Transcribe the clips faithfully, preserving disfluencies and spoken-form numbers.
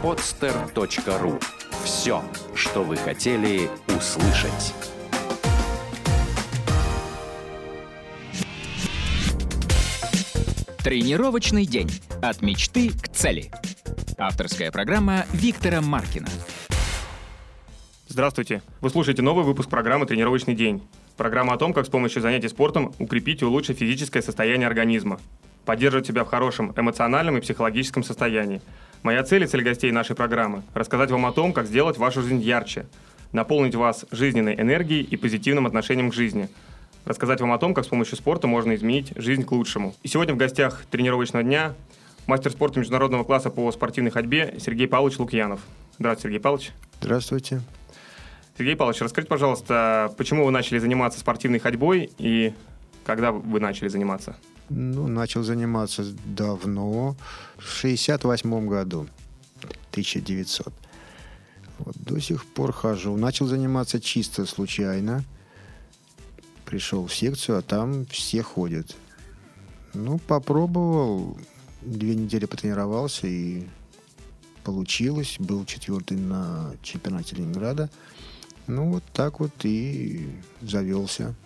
подстер точка ру. Все, что вы хотели услышать. Тренировочный день. От мечты к цели. Авторская программа Виктора Маркина. Здравствуйте. Вы слушаете новый выпуск программы «Тренировочный день». Программа о том, как с помощью занятий спортом укрепить и улучшить физическое состояние организма, поддерживать себя в хорошем эмоциональном и психологическом состоянии. Моя цель и цель гостей нашей программы – рассказать вам о том, как сделать вашу жизнь ярче, наполнить вас жизненной энергией и позитивным отношением к жизни, рассказать вам о том, как с помощью спорта можно изменить жизнь к лучшему. И сегодня в гостях тренировочного дня мастер спорта международного класса по спортивной ходьбе Сергей Павлович Лукьянов. Здравствуйте, Сергей Павлович. Здравствуйте. Сергей Павлович, расскажите, пожалуйста, почему вы начали заниматься спортивной ходьбой и когда вы начали заниматься? Ну, начал заниматься давно, в шестьдесят восьмом году, тысяча девятьсот. Вот, до сих пор хожу. Начал заниматься чисто случайно. Пришел в секцию, а там все ходят. Ну, попробовал, две недели потренировался, и получилось. Был четвертый на чемпионате Ленинграда. Ну, вот так вот и завелся.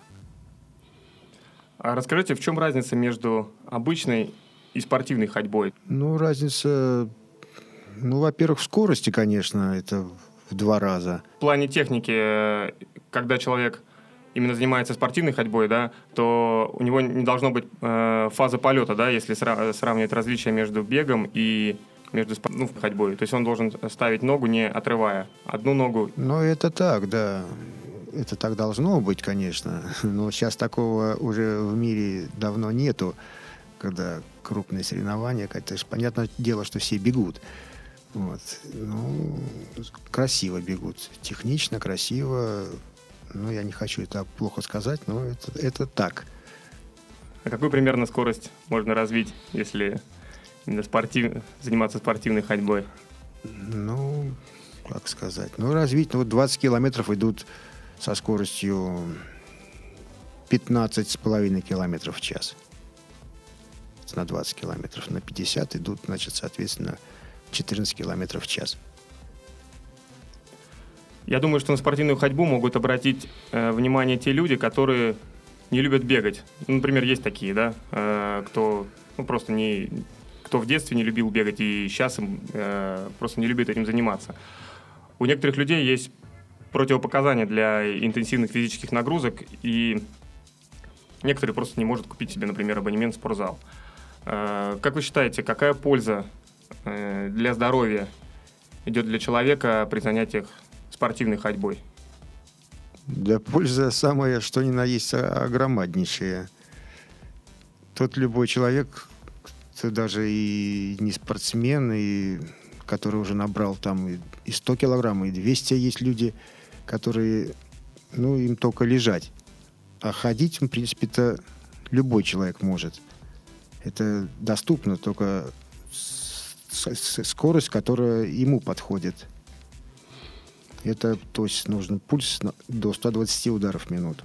А расскажите, в чем разница между обычной и спортивной ходьбой? Ну, разница, ну, во-первых, в скорости, конечно, это в два раза. В плане техники, когда человек именно занимается спортивной ходьбой, да, то у него не должно быть э, фазы полета, да, если сра- сравнивать различия между бегом и между ну, ходьбой. То есть он должен ставить ногу, не отрывая одну ногу. Ну, это так, да. Это так должно быть, конечно. Но сейчас такого уже в мире давно нету, когда крупные соревнования. То есть, понятное дело, что все бегут. Вот. Ну, красиво бегут. Технично, красиво. Ну, я не хочу это плохо сказать, но это, это так. А какую примерно скорость можно развить, если именно спортив... заниматься спортивной ходьбой? Ну, как сказать. Ну, развить, ну, вот двадцать километров идут со скоростью пятнадцать с половиной километров в час. На двадцать километров. На пятьдесят идут, значит, соответственно, четырнадцать километров в час. Я думаю, что на спортивную ходьбу могут обратить э, внимание те люди, которые не любят бегать. Ну, например, есть такие, да, э, кто ну, просто не, кто в детстве не любил бегать и сейчас им, э, просто не любит этим заниматься. У некоторых людей есть противопоказания для интенсивных физических нагрузок, и некоторые просто не могут купить себе, например, абонемент в спортзал. Э, как вы считаете, какая польза э, для здоровья идет для человека при занятиях спортивной ходьбой? Да, польза самая, что ни на есть, огромнейшая. Тот любой человек, кто даже и не спортсмен, и который уже набрал там и сто килограмм, и двести, есть люди, которые, ну, им только лежать. А ходить, в принципе-то, любой человек может. Это доступно, только скорость, которая ему подходит. Это, то есть, нужен пульс до ста двадцати ударов в минуту.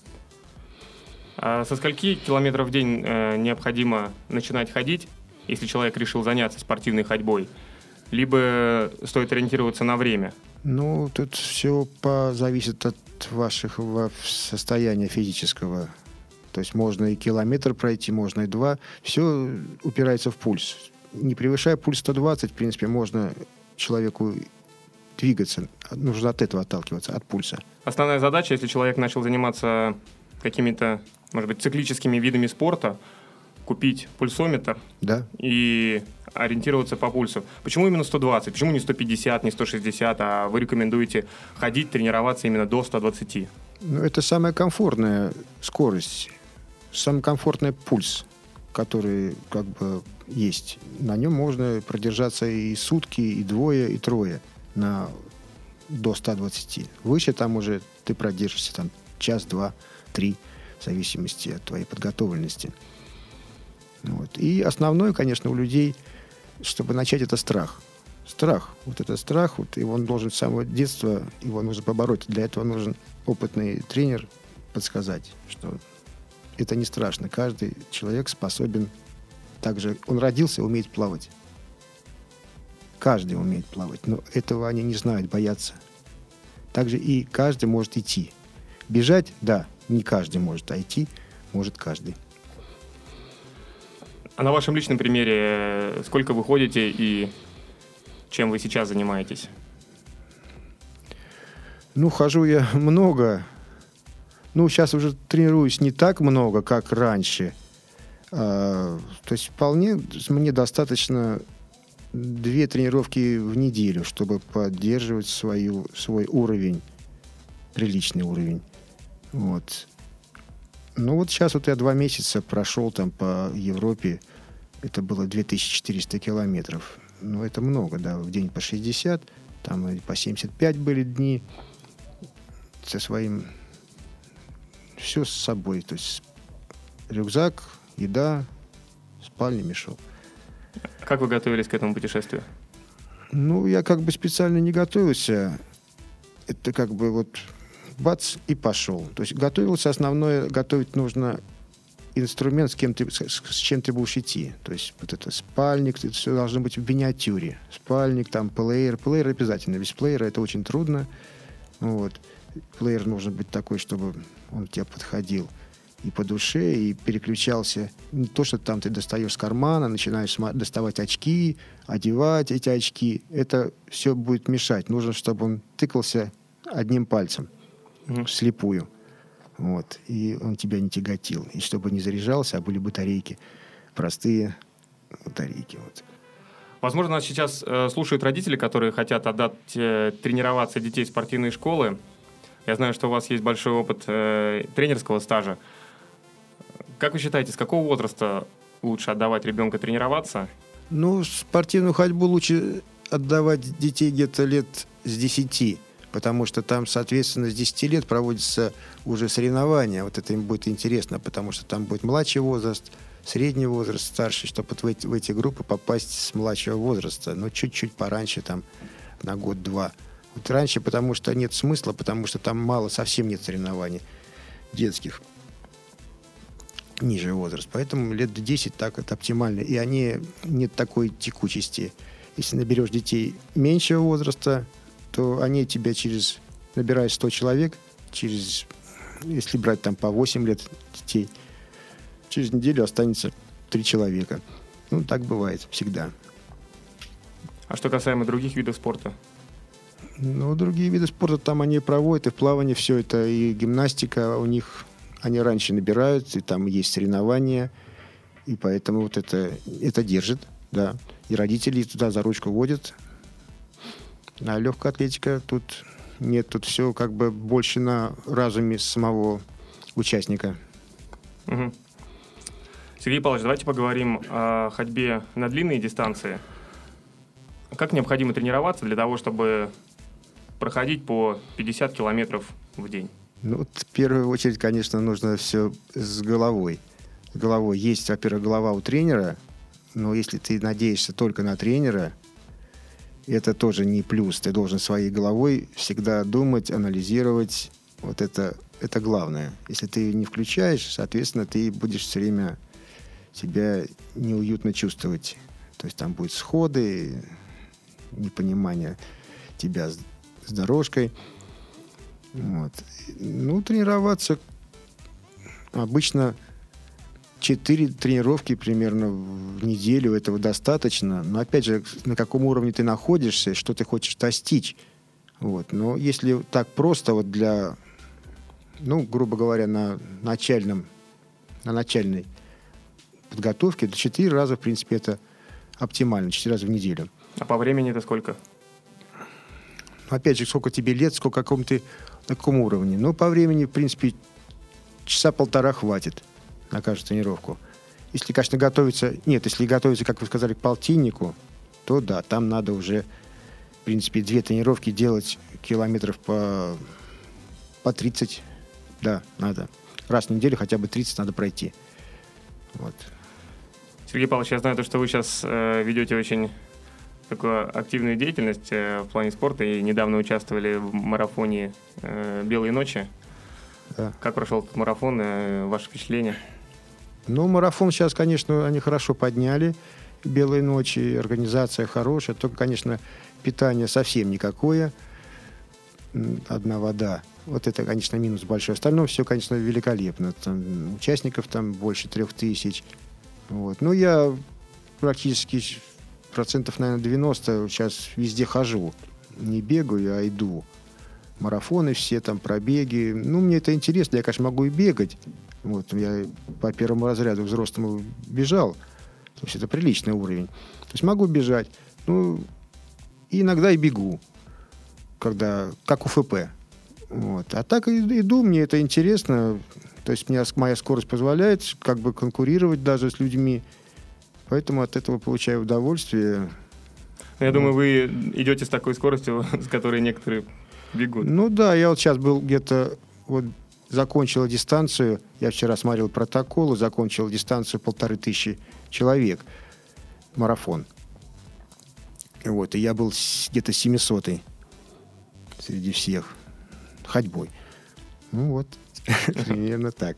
А со скольки километров в день э, необходимо начинать ходить, если человек решил заняться спортивной ходьбой? Либо стоит ориентироваться на время? Ну, тут все зависит от вашего состояния физического. То есть можно и километр пройти, можно и два. Все упирается в пульс. Не превышая пульс сто двадцать, в принципе, можно человеку двигаться. Нужно от этого отталкиваться, от пульса. Основная задача, если человек начал заниматься какими-то, может быть, циклическими видами спорта, купить пульсометр, да, и ориентироваться по пульсу. Почему именно сто двадцать? Почему не сто пятьдесят, не сто шестьдесят, а вы рекомендуете ходить, тренироваться именно до ста двадцати? Ну, это самая комфортная скорость, самый комфортный пульс, который как бы есть. На нем можно продержаться и сутки, и двое, и трое на до ста двадцати. Выше там уже ты продержишься там час, два, три, в зависимости от твоей подготовленности. Вот. И основное, конечно, у людей, чтобы начать, это страх. Страх. Вот это страх, вот его он должен с самого детства, его нужно побороть. Для этого нужен опытный тренер подсказать, что это не страшно. Каждый человек способен также... Он родился, умеет плавать. Каждый умеет плавать, но этого они не знают, боятся. Также и каждый может идти. Бежать, да, не каждый может, а идти может каждый. А на вашем личном примере, сколько вы ходите и чем вы сейчас занимаетесь? Ну, хожу я много. Ну, сейчас уже тренируюсь не так много, как раньше. А, то есть вполне мне достаточно две тренировки в неделю, чтобы поддерживать свою, свой уровень, приличный уровень. Вот. Ну, вот сейчас вот я два месяца прошел там по Европе. Это было две тысячи четыреста километров. Ну, это много, да, в день по шестьдесят, там и по семьдесят пять были дни. Со своим... Все с собой. То есть рюкзак, еда, спальный мешок. Как вы готовились к этому путешествию? Ну, я как бы специально не готовился. Это как бы вот бац и пошел. То есть готовился, основное, готовить нужно инструмент, с кем ты, с, с чем ты будешь идти. То есть вот это спальник, это все должно быть в миниатюре. Спальник, там плеер. Плеер обязательно. Без плеера это очень трудно. Вот. Плеер нужен быть такой, чтобы он тебе подходил и по душе, и переключался. Не то, что там ты достаешь с кармана, начинаешь доставать очки, одевать эти очки. Это все будет мешать. Нужно, чтобы он тыкался одним пальцем, mm-hmm. вслепую. Вот. И он тебя не тяготил. И чтобы не заряжался, а были батарейки. Простые батарейки. Вот. Возможно, нас сейчас э, слушают родители, которые хотят отдать э, тренироваться детей в спортивные школы. Я знаю, что у вас есть большой опыт э, тренерского стажа. Как вы считаете, с какого возраста лучше отдавать ребенка тренироваться? Ну, спортивную ходьбу лучше отдавать детей где-то лет с десяти, потому что там, соответственно, с десяти лет проводятся уже соревнования. Вот это им будет интересно, потому что там будет младший возраст, средний возраст, старший, чтобы вот в эти, в эти группы попасть с младшего возраста, но чуть-чуть пораньше, там, на год-два. Вот раньше, потому что нет смысла, потому что там мало, совсем нет соревнований детских. Ниже возраст. Поэтому лет до десяти так это оптимально. И они нет такой текучести. Если наберешь детей меньшего возраста, то они тебя через... Набираешь сто человек, через... Если брать там по восемь лет детей, через неделю останется три человека. Ну, так бывает всегда. А что касаемо других видов спорта? Ну, другие виды спорта там они проводят, и в плавании все это, и гимнастика у них, они раньше набирают, и там есть соревнования, и поэтому вот это, это держит, да. И родители туда за ручку водят. А легкая атлетика тут нет, тут все как бы больше на разуме самого участника. Угу. Сергей Павлович, давайте поговорим о ходьбе на длинные дистанции. Как необходимо тренироваться для того, чтобы проходить по пятьдесят километров в день? Ну, вот в первую очередь, конечно, нужно все с головой. С головой. Есть, во-первых, голова у тренера, но если ты надеешься только на тренера, это тоже не плюс. Ты должен своей головой всегда думать, анализировать. Вот это, это главное. Если ты не включаешь, соответственно, ты будешь все время себя неуютно чувствовать. То есть там будут сходы, непонимание тебя с, с дорожкой. Вот. Ну, тренироваться обычно четыре тренировки примерно в неделю, этого достаточно. Но опять же, на каком уровне ты находишься, что ты хочешь достичь. Вот. Но если так просто вот для, ну, грубо говоря, на начальном, на начальной подготовке, то четыре раза, в принципе, это оптимально, четыре раза в неделю. А по времени это сколько? Опять же, сколько тебе лет, сколько каком ты, на каком уровне. Ну, по времени, в принципе, часа полтора хватит на каждую тренировку. Если, конечно, готовиться... Нет, если готовиться, как вы сказали, к полтиннику, то да, там надо уже, в принципе, две тренировки делать километров по, по тридцать. Да, надо. Раз в неделю хотя бы тридцать надо пройти. Вот. Сергей Павлович, я знаю, что вы сейчас э, ведете очень такую активную деятельность э, в плане спорта и недавно участвовали в марафоне э, «Белые ночи». Да. Как прошел этот марафон, э, ваши впечатления? Ну, марафон сейчас, конечно, они хорошо подняли. белой ночи, организация хорошая, только, конечно, питание совсем никакое, одна вода. Вот это, конечно, минус большой. Остальное все, конечно, великолепно. Там, участников там больше трех тысяч. Вот. Ну, я практически процентов, наверное, девяносто сейчас везде хожу. Не бегаю, а иду. Марафоны все, там, пробеги. Ну, мне это интересно. Я, конечно, могу и бегать. Вот. Я по первому разряду взрослому бежал. То есть это приличный уровень. То есть могу бежать. Ну, и иногда и бегу. Когда, как УФП. Вот. А так иду, мне это интересно. То есть мне, моя скорость позволяет как бы конкурировать даже с людьми. Поэтому от этого получаю удовольствие. Я ну. думаю, вы идете с такой скоростью, с которой некоторые бегут. Ну да, я вот сейчас был где-то... Вот, закончил дистанцию. Я вчера смотрел протоколы. Закончил дистанцию полторы тысячи человек. Марафон. Вот. И я был где-то семисотый среди всех. Ходьбой. Ну вот, примерно так.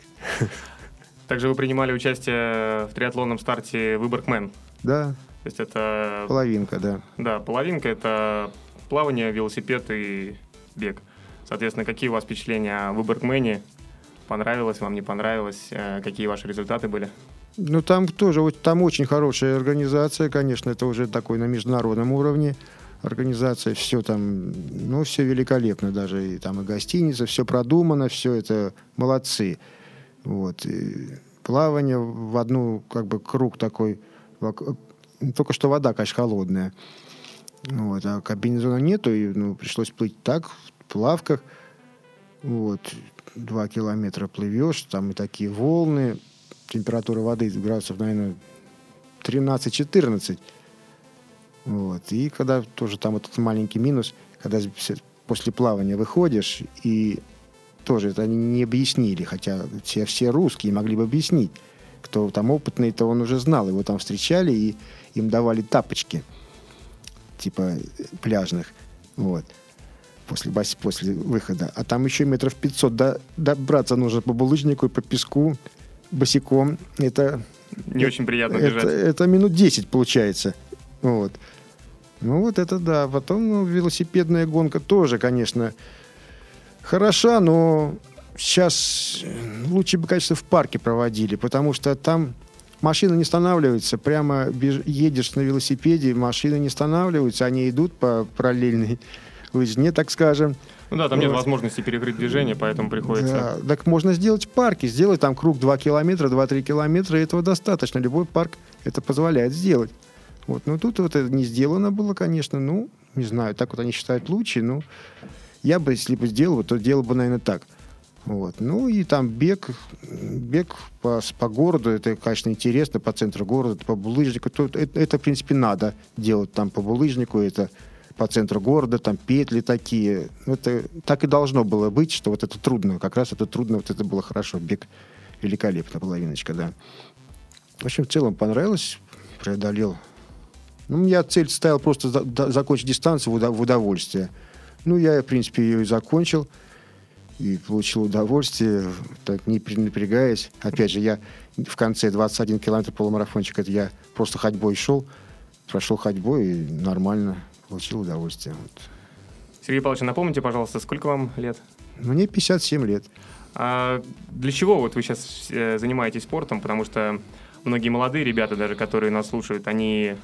Также вы принимали участие в триатлонном старте «Выборгмен». Да. То есть это... Половинка, да. Да, половинка – это плавание, велосипед и бег. Соответственно, какие у вас впечатления о «Выборгмене»? Понравилось вам, не понравилось? Какие ваши результаты были? Ну, там тоже, там очень хорошая организация, конечно, это уже такой на международном уровне. Организация, все там, ну, все великолепно даже, и там и гостиница, все продумано, все это молодцы. Вот. И плавание в одну, как бы, круг такой, только что вода, конечно, холодная. Вот. А комбинезона нету, и, ну, пришлось плыть так, в плавках. Вот. Два километра плывешь, там и такие волны, температура воды градусов, наверное, тринадцать-четырнадцать. Вот. И когда тоже там этот маленький минус, когда после плавания выходишь, и тоже это они не объяснили, хотя все, все русские могли бы объяснить. Кто там опытный, то он уже знал. Его там встречали, и им давали тапочки, типа пляжных, вот, после, после выхода. А там еще метров пятьсот до, добраться нужно по булыжнику и по песку босиком. Это... Не это, очень приятно это, бежать. Это, это минут десять получается. Вот. Ну, вот это да. Потом, ну, велосипедная гонка тоже, конечно, хороша, но сейчас лучше бы, конечно, в парке проводили, потому что там машины не останавливаются. Прямо беж... едешь на велосипеде, машины не останавливаются, они идут по параллельной лыжне, так скажем. Ну да, там вот. Нет возможности перекрыть движение, поэтому приходится... Да, так можно сделать парки, сделать там круг два километра, два-три километра, и этого достаточно. Любой парк это позволяет сделать. Вот. Но тут вот это не сделано было, конечно. Ну, не знаю, так вот они считают лучше. Ну, я бы, если бы сделал, то делал бы, наверное, так. Вот. Ну, и там бег, бег по, по городу, это, конечно, интересно, по центру города, по булыжнику. Это, это, в принципе, надо делать там по булыжнику, это по центру города, там петли такие. Это так и должно было быть, что вот это трудно. Как раз это трудно, вот это было хорошо. Бег великолепно, половиночка, да. В общем, в целом понравилось, преодолел. Ну, я цель ставил просто за, да, закончить дистанцию в, в удовольствие. Ну, я, в принципе, ее и закончил. И получил удовольствие, так не напрягаясь. Опять же, я в конце двадцать один километр полумарафончик, это я просто ходьбой шел. Прошел ходьбой и нормально получил удовольствие. Вот. Сергей Павлович, напомните, пожалуйста, сколько вам лет? Мне пятьдесят семь лет. А для чего вот вы сейчас занимаетесь спортом? Потому что многие молодые ребята, даже которые нас слушают, они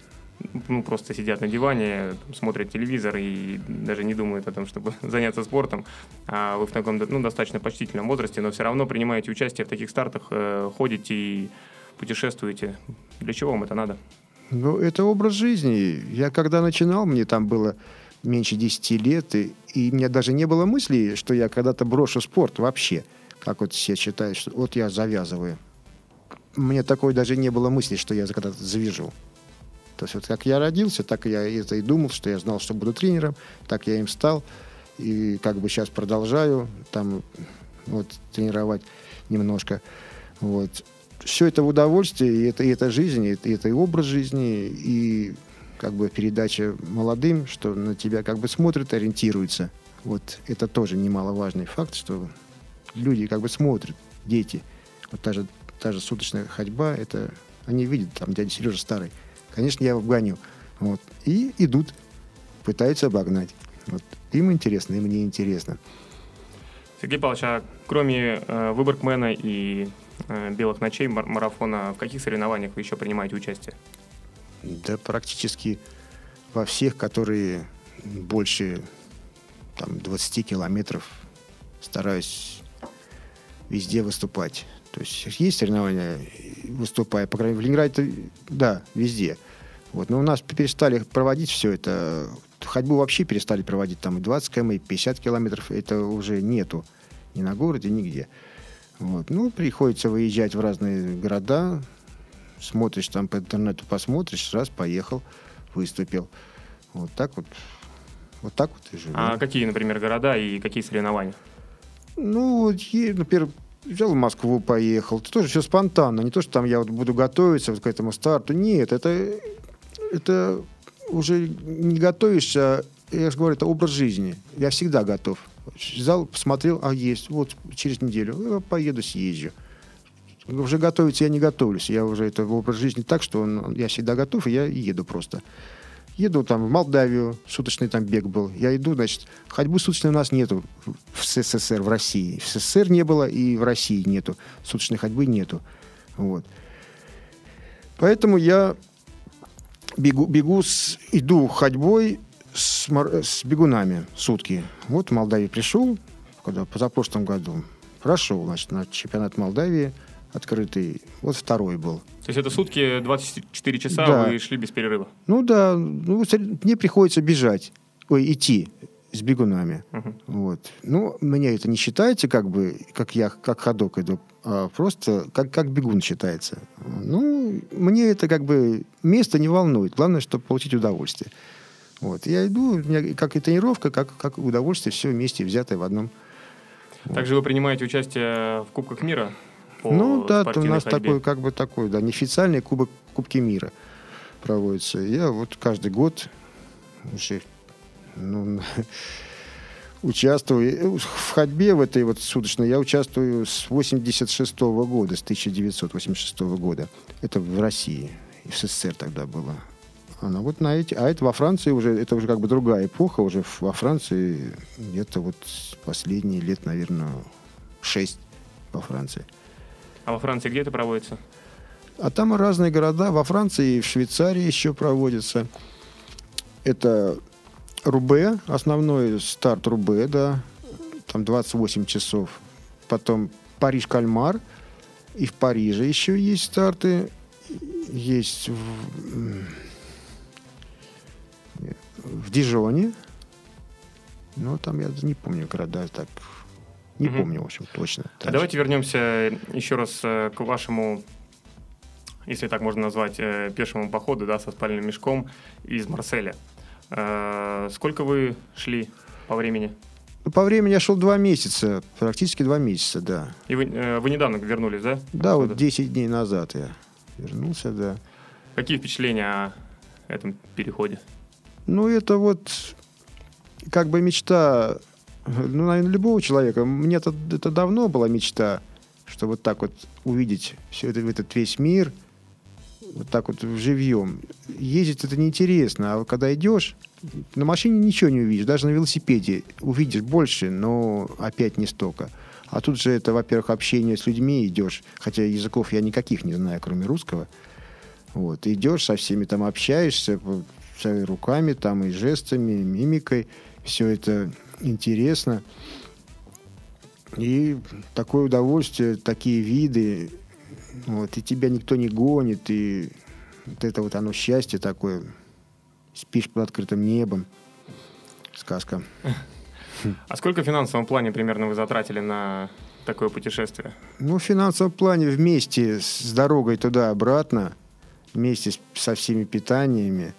ну, просто сидят на диване, смотрят телевизор и даже не думают о том, чтобы заняться спортом. А вы в таком ну, достаточно почтительном возрасте, но все равно принимаете участие в таких стартах, ходите и путешествуете. Для чего вам это надо? Ну, это образ жизни. Я когда начинал, мне там было меньше десяти лет, и, и у меня даже не было мысли, что я когда-то брошу спорт вообще. Как вот все считают, что вот я завязываю. Мне такой даже не было мысли, что я когда-то завяжу. То есть вот как я родился, так я это и думал, что я знал, что буду тренером, так я им стал. И как бы сейчас продолжаю там вот тренировать немножко. Вот. Все это в удовольствие, и это, и это жизнь, и это, и это и образ жизни, и как бы передача молодым, что на тебя как бы смотрят, ориентируются. Вот это тоже немаловажный факт, что люди как бы смотрят, дети. Вот та же, та же суточная ходьба, это они видят, там дядя Сережа старый Конечно, я обгоню. Вот. И идут, пытаются обогнать. Вот. Им интересно, и мне интересно. Сергей Павлович, а кроме э, Выборгмена и э, белых ночей мар- марафона, в каких соревнованиях вы еще принимаете участие? Да практически во всех, которые больше там, двадцать километров, стараюсь везде выступать. То есть есть соревнования, выступая, по крайней мере, в Ленинграде, да, везде. Вот. Но у нас перестали проводить все это. Ходьбу вообще перестали проводить. Там и двадцать километров, и пятьдесят километров. Это уже нету ни на городе, нигде. Вот. Ну, приходится выезжать в разные города. Смотришь там по интернету, посмотришь, раз, поехал, выступил. Вот так вот. Вот так вот и живем. А какие, например, города и какие соревнования? Ну, вот, например, взял в Москву, поехал. Это тоже все спонтанно. Не то, что там я вот буду готовиться вот к этому старту. Нет, это, это уже не готовишься. Я же говорю, это образ жизни. Я всегда готов. Взял, посмотрел, а есть. Вот через неделю я поеду, съезжу. Уже готовиться я не готовлюсь. Я уже это образ жизни так, что он, я всегда готов, и я еду просто. Еду там в Молдавию, суточный там бег был. Я иду, значит, ходьбы суточной у нас нету в СССР, в России. В СССР не было, и в России нету. Суточной ходьбы нету. Вот. Поэтому я бегу, бегу с, иду ходьбой с, с бегунами сутки. Вот в Молдавию пришел, когда позапрошлом году. Прошел, значит, на чемпионат Молдавии открытый. Вот второй был. То есть это сутки, двадцать четыре часа, да. Вы шли без перерыва? Ну да, ну, мне приходится бежать, ой, идти с бегунами. Uh-huh. Вот. Ну, мне это не считается, как бы, как я, как ходок иду, а просто как, как бегун считается. Ну, мне это как бы место не волнует. Главное, чтобы получить удовольствие. Вот. Я иду, у меня как и тренировка, как, как удовольствие, все вместе взятое в одном. Также вот. Вы принимаете участие в Кубках мира? Ну да, у нас ходьбе. такой, как бы такой, да, неофициальный кубок, Кубки мира проводится. Я вот каждый год уже ну, участвую в ходьбе в этой вот суточной. Я участвую с восемьдесят шестого года, с тысяча девятьсот восемьдесят шестого года. Это в России, в СССР тогда было. Она вот на эти, а это во Франции уже, это уже как бы другая эпоха, уже во Франции где-то вот последние лет, наверное, шесть во Франции. А во Франции где это проводится? А там разные города. Во Франции и в Швейцарии еще проводятся. Это Рубе, основной старт Рубе, да. Там двадцать восемь часов. Потом Париж-Кальмар. И в Париже еще есть старты. Есть в, в Дижоне. Ну, там я не помню города так... Не угу. помню, в общем, точно. А давайте вернемся еще раз к вашему, если так можно назвать, пешему походу, да, со спальным мешком из Марселя. Сколько вы шли по времени? Ну, по времени я шел два месяца, практически два месяца, да. И вы, вы недавно вернулись, да? Да, вот десять дней назад я вернулся, да. Какие впечатления о этом переходе? Ну, это вот как бы мечта... Ну, наверное, любого человека. Мне это, это давно была мечта, что вот так вот увидеть все это, этот весь мир, вот так вот живьем. Ездить это неинтересно, а когда идешь, на машине ничего не увидишь, даже на велосипеде увидишь больше, но опять не столько. А тут же это, во-первых, общение с людьми идешь, хотя языков я никаких не знаю, кроме русского. Вот, идешь со всеми там общаешься, своими руками там и жестами, и мимикой, все это интересно. И такое удовольствие, такие виды. Вот, и тебя никто не гонит. И вот это вот оно счастье такое. Спишь под открытым небом. Сказка. А сколько в финансовом плане примерно вы затратили на такое путешествие? Ну, в финансовом плане вместе с дорогой туда-обратно, вместе с, со всеми питаниями,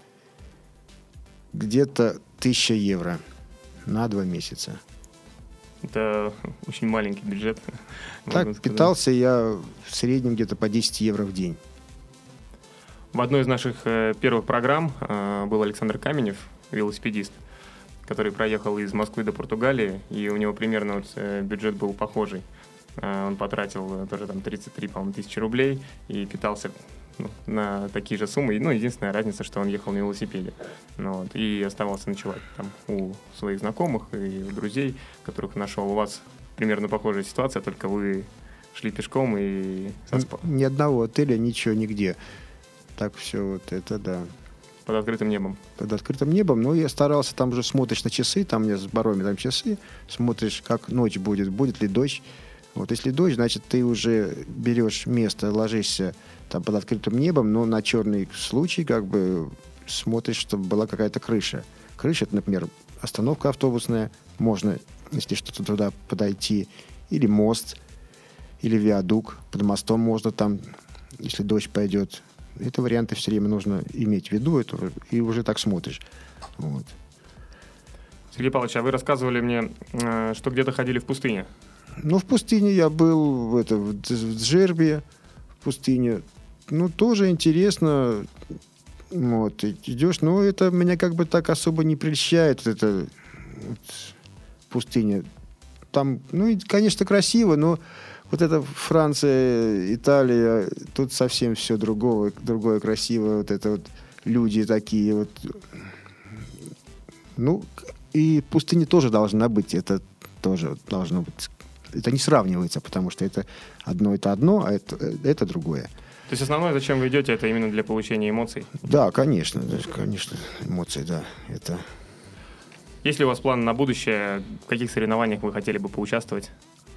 где-то тысяча евро. На два месяца. Это очень маленький бюджет. Так, питался я в среднем где-то по десять евро в день. В одной из наших э, первых программ э, был Александр Каменев, велосипедист, который проехал из Москвы до Португалии, и у него примерно вот, э, бюджет был похожий. Э, он потратил э, тоже там тридцать три, по-моему, тысячи рублей и питался ну, на такие же суммы. Ну, единственная разница, что он ехал на велосипеде. Ну, вот, и оставался ночевать там у своих знакомых и у друзей, которых нашел. У вас примерно похожая ситуация, только вы шли пешком и... Ни одного отеля, ничего, нигде. Так все вот это, да. Под открытым небом. Под открытым небом. Но я старался, там уже смотришь на часы, там у меня с барометром часы, смотришь, как ночь будет, будет ли дождь. Вот если дождь, значит, ты уже берешь место, ложишься там под открытым небом, но на черный случай как бы смотришь, чтобы была какая-то крыша. Крыша, это, например, остановка автобусная, можно, если что-то туда подойти, или мост, или виадук, под мостом можно там, если дождь пойдет. Это варианты все время нужно иметь в виду, это, и уже так смотришь. Вот. Сергей Павлович, а вы рассказывали мне, что где-то ходили в пустыне. Ну, в пустыне я был в, это, в Джербе, в пустыне. Ну, тоже интересно. Вот, идешь, но это меня как бы так особо не прельщает, это вот, пустыня. Там, ну, конечно, красиво, но вот это Франция, Италия, тут совсем все другое, другое красивое. Вот это вот люди такие вот. Ну, и пустыня тоже должна быть, это тоже должно быть. Это не сравнивается, потому что это одно это одно, а это, это другое. То есть основное, зачем вы идете, это именно для получения эмоций? Да, конечно, конечно, эмоции, да. Это... Есть ли у вас планы на будущее? В каких соревнованиях вы хотели бы поучаствовать?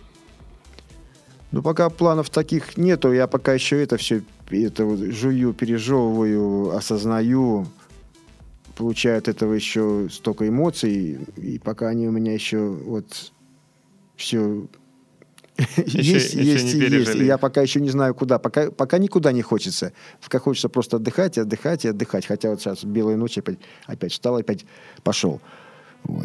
Ну, пока планов таких нету, я пока еще это все это вот жую, пережевываю, осознаю, получаю от этого еще столько эмоций, и пока они у меня еще вот все... Еще, есть, еще есть не и есть. И я пока еще не знаю, куда. Пока, пока никуда не хочется. Пока хочется просто отдыхать, и отдыхать, и отдыхать. Хотя вот сейчас белая ночь, опять, опять встал, опять пошел. Вот.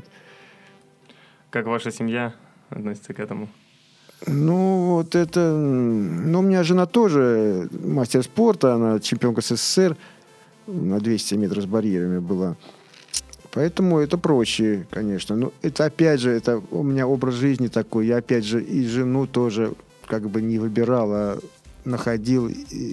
Как ваша семья относится к этому? Ну, вот это... Ну, у меня жена тоже мастер спорта, она чемпионка СССР на двести метров с барьерами была. Поэтому это проще, конечно. Но это, опять же, это у меня образ жизни такой. Я, опять же, и жену тоже как бы не выбирал, а находил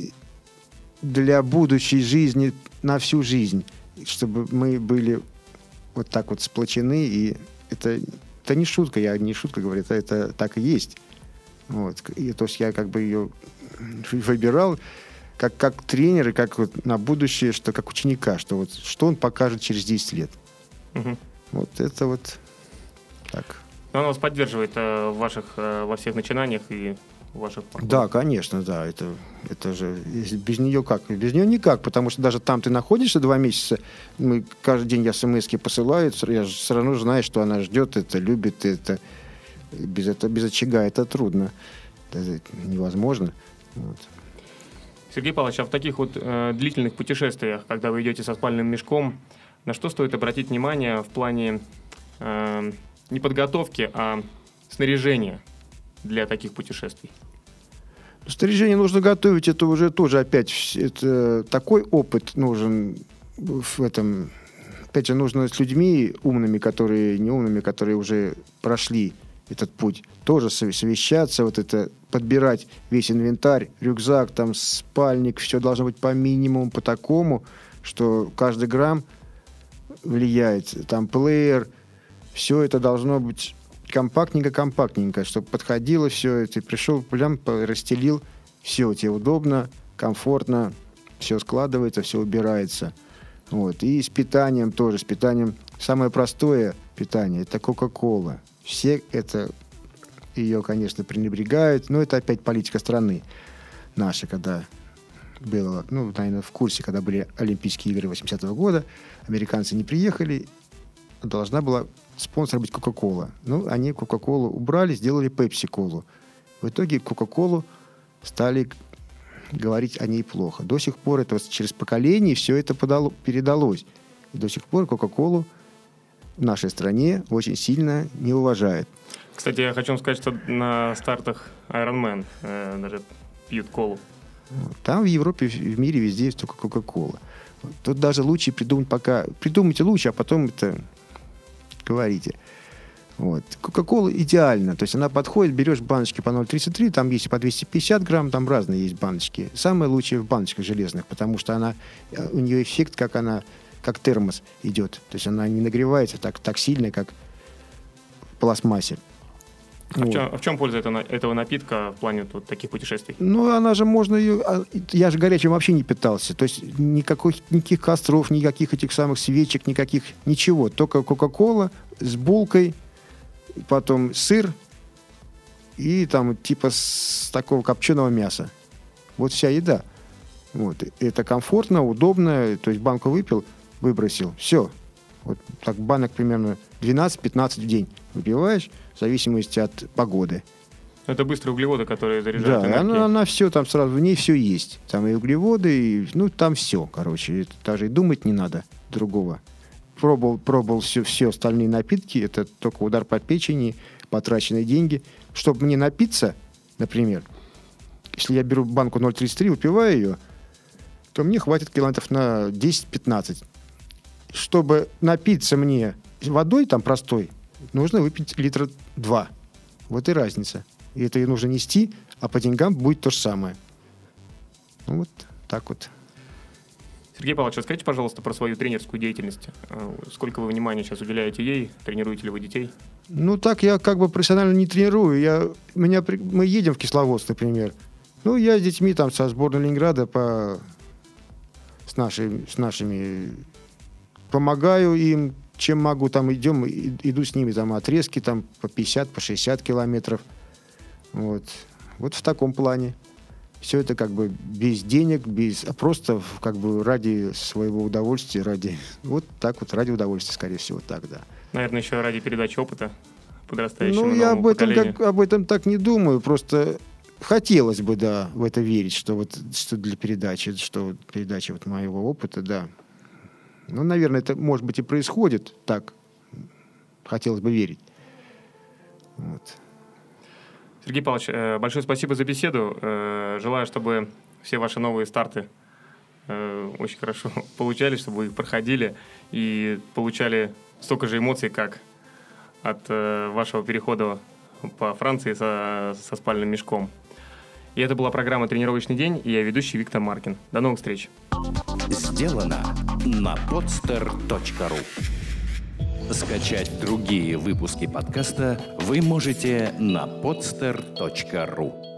для будущей жизни на всю жизнь, чтобы мы были вот так вот сплочены. И это, это не шутка, я не шутка говорю, это, это так и есть. Вот. И то есть я как бы ее выбирал как, как тренер и как вот на будущее, что как ученика, что, вот, что он покажет через десять лет. Угу. Вот это вот так. Но она вас поддерживает э, в ваших, э, во всех начинаниях и в ваших походах. Да, конечно, да. Это, это же без нее как? Без нее никак, потому что даже там ты находишься два месяца, мы, каждый день я смс-ки посылаю, я же все равно знаю, что она ждет это, любит это. Без, это, без очага это трудно. Это невозможно. Вот. Сергей Павлович, а в таких вот э, длительных путешествиях, когда вы идете со спальным мешком, на что стоит обратить внимание в плане э, не подготовки, а снаряжения для таких путешествий? Снаряжение нужно готовить, это уже тоже опять это такой опыт нужен в этом. Опять же, нужно с людьми умными, которые не умными, которые уже прошли этот путь, тоже совещаться, вот это, подбирать весь инвентарь, рюкзак, там, спальник, все должно быть по минимуму, по такому, что каждый грамм влияет. Там плеер, все это должно быть компактненько-компактненько, чтобы подходило все это. Ты пришел, прям расстелил, все, тебе удобно, комфортно, все складывается, все убирается. Вот. И с питанием тоже. С питанием самое простое питание – это Кока-Кола. Все это, ее, конечно, пренебрегают, но это опять политика страны наша, когда было, ну, наверное, в курсе, когда были Олимпийские игры восьмидесятого года, американцы не приехали, должна была спонсор быть Кока-Кола. Ну, они Кока-Колу убрали, сделали Пепси-Колу. В итоге Кока-Колу стали говорить о ней плохо. До сих пор это вот через поколение все это подало, передалось. И до сих пор Кока-Колу в нашей стране очень сильно не уважают. Кстати, я хочу вам сказать, что на стартах Ironman э, даже пьют колу. Там в Европе, в мире везде есть только Кока-Кола. Тут даже лучше придумать пока... Придумайте лучше, а потом это говорите. Вот. Кока-кола идеально. То есть она подходит, берешь баночки по ноль тридцать три, там есть по двести пятьдесят грамм, там разные есть баночки. Самые лучшие в баночках железных, потому что она, у нее эффект, как она, как термос идет. То есть она не нагревается так, так сильно, как в пластмассе. А, Вот. в, чем, а в чем польза этого, этого напитка в плане вот таких путешествий? Ну, она же можно ее... Я же горячим вообще не питался. То есть никаких, никаких костров, никаких этих самых свечек, никаких... Ничего. Только кока-кола с булкой, потом сыр и там типа с такого копченого мяса. Вот вся еда. Вот. Это комфортно, удобно. То есть банку выпил, выбросил. Все. Вот так банок примерно двенадцать-пятнадцать в день выпиваешь, в зависимости от погоды. Это быстрые углеводы, которые заряжают Да, энергией. она, она все, там сразу в ней все есть. Там и углеводы, и, ну, там все, короче. Это даже и думать не надо другого. Пробовал, пробовал все, все остальные напитки. Это только удар по печени, потраченные деньги. Чтобы мне напиться, например, если я беру банку ноль тридцать три, выпиваю ее, то мне хватит километров на десять-пятнадцать. Чтобы напиться мне водой там простой, нужно выпить литра два. Вот и разница. И это и нужно нести, а по деньгам будет то же самое. Ну вот так вот. Сергей Павлович, расскажите, пожалуйста, про свою тренерскую деятельность. Сколько вы внимания сейчас уделяете ей? Тренируете ли вы детей? Ну так я как бы профессионально не тренирую. Я, меня, мы едем в Кисловодск, например. Ну я с детьми там со сборной Ленинграда по, с, нашей, с нашими... Помогаю им, чем могу, там идем, иду с ними там отрезки там по пятьдесят, по шестьдесят километров. Вот. Вот в таком плане. Все это как бы без денег, без, а просто как бы ради своего удовольствия, ради, вот так вот, ради удовольствия, скорее всего, так, да. Наверное, еще ради передачи опыта подрастающему Ну, я об этом, поколению. как, об этом так не думаю, просто хотелось бы, да, в это верить, что вот что для передачи, что вот передача вот моего опыта, да. Ну, наверное, это, может быть, и происходит так. Хотелось бы верить. Вот. Сергей Павлович, большое спасибо за беседу. Желаю, чтобы все ваши новые старты очень хорошо получались, чтобы вы их проходили и получали столько же эмоций, как от вашего перехода по Франции со, со спальным мешком. И это была программа «Тренировочный день», и я ведущий Виктор Маркин. До новых встреч. Сделано на podster точка ру. Скачать другие выпуски подкаста вы можете на podster точка ру.